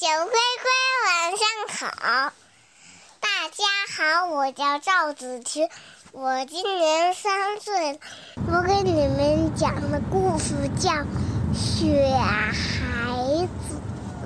小乖乖，晚上好！大家好，我叫赵子琪，我今年3岁了。我给你们讲的故事叫《雪孩子》。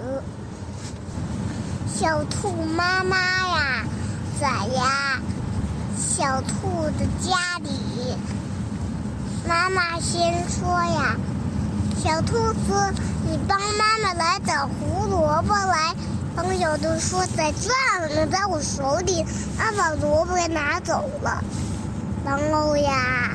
小兔妈妈呀，在小兔的家里，妈妈先说呀，小兔子，你帮妈妈来找胡萝卜来。朋友都说在这儿呢，在我手里，妈把萝卜给拿走了。然后呀，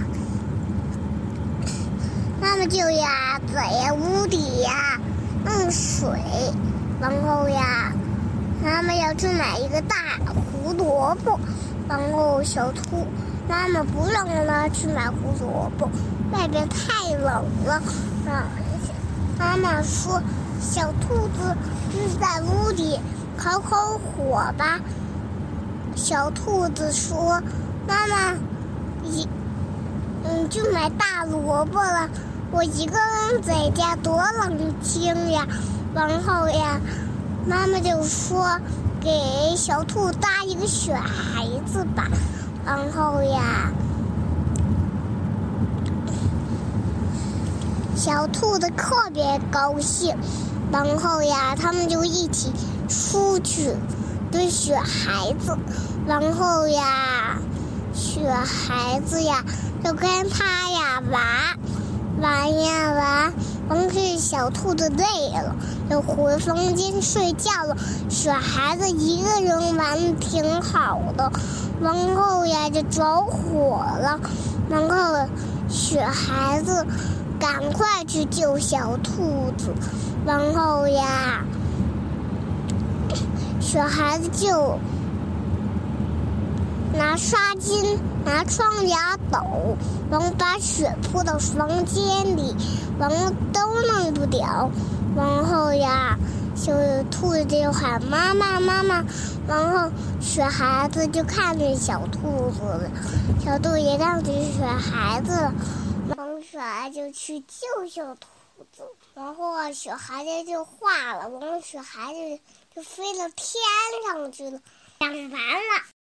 妈妈就在屋里弄水。然后呀，妈妈要去买一个大胡萝卜。然后小兔妈妈不让她去买胡萝卜，外边太冷了。妈妈说，小兔子在屋里烤火吧。小兔子说，妈妈去买大萝卜了，我一个人在家多冷清呀。然后呀，妈妈就说，给小兔搭一个雪孩子吧。然后呀，小兔子特别高兴。然后呀，他们就一起出去跟雪孩子。然后呀，雪孩子呀就跟他玩。完事小兔子累了，就回房间睡觉了。雪孩子一个人玩得挺好的。然后呀就着火了。然后雪孩子赶快去救小兔子。然后呀，雪孩子就拿刷巾拿窗帘抖，然后把雪泼到房间里，然后都弄不了。然后呀，小兔子就喊妈妈妈妈。然后雪孩子就看见小兔子了，小兔也看见雪孩子了。然后雪孩子就去救小兔子。然后雪孩子就化了，然后雪孩子就飞到天上去了。讲完了。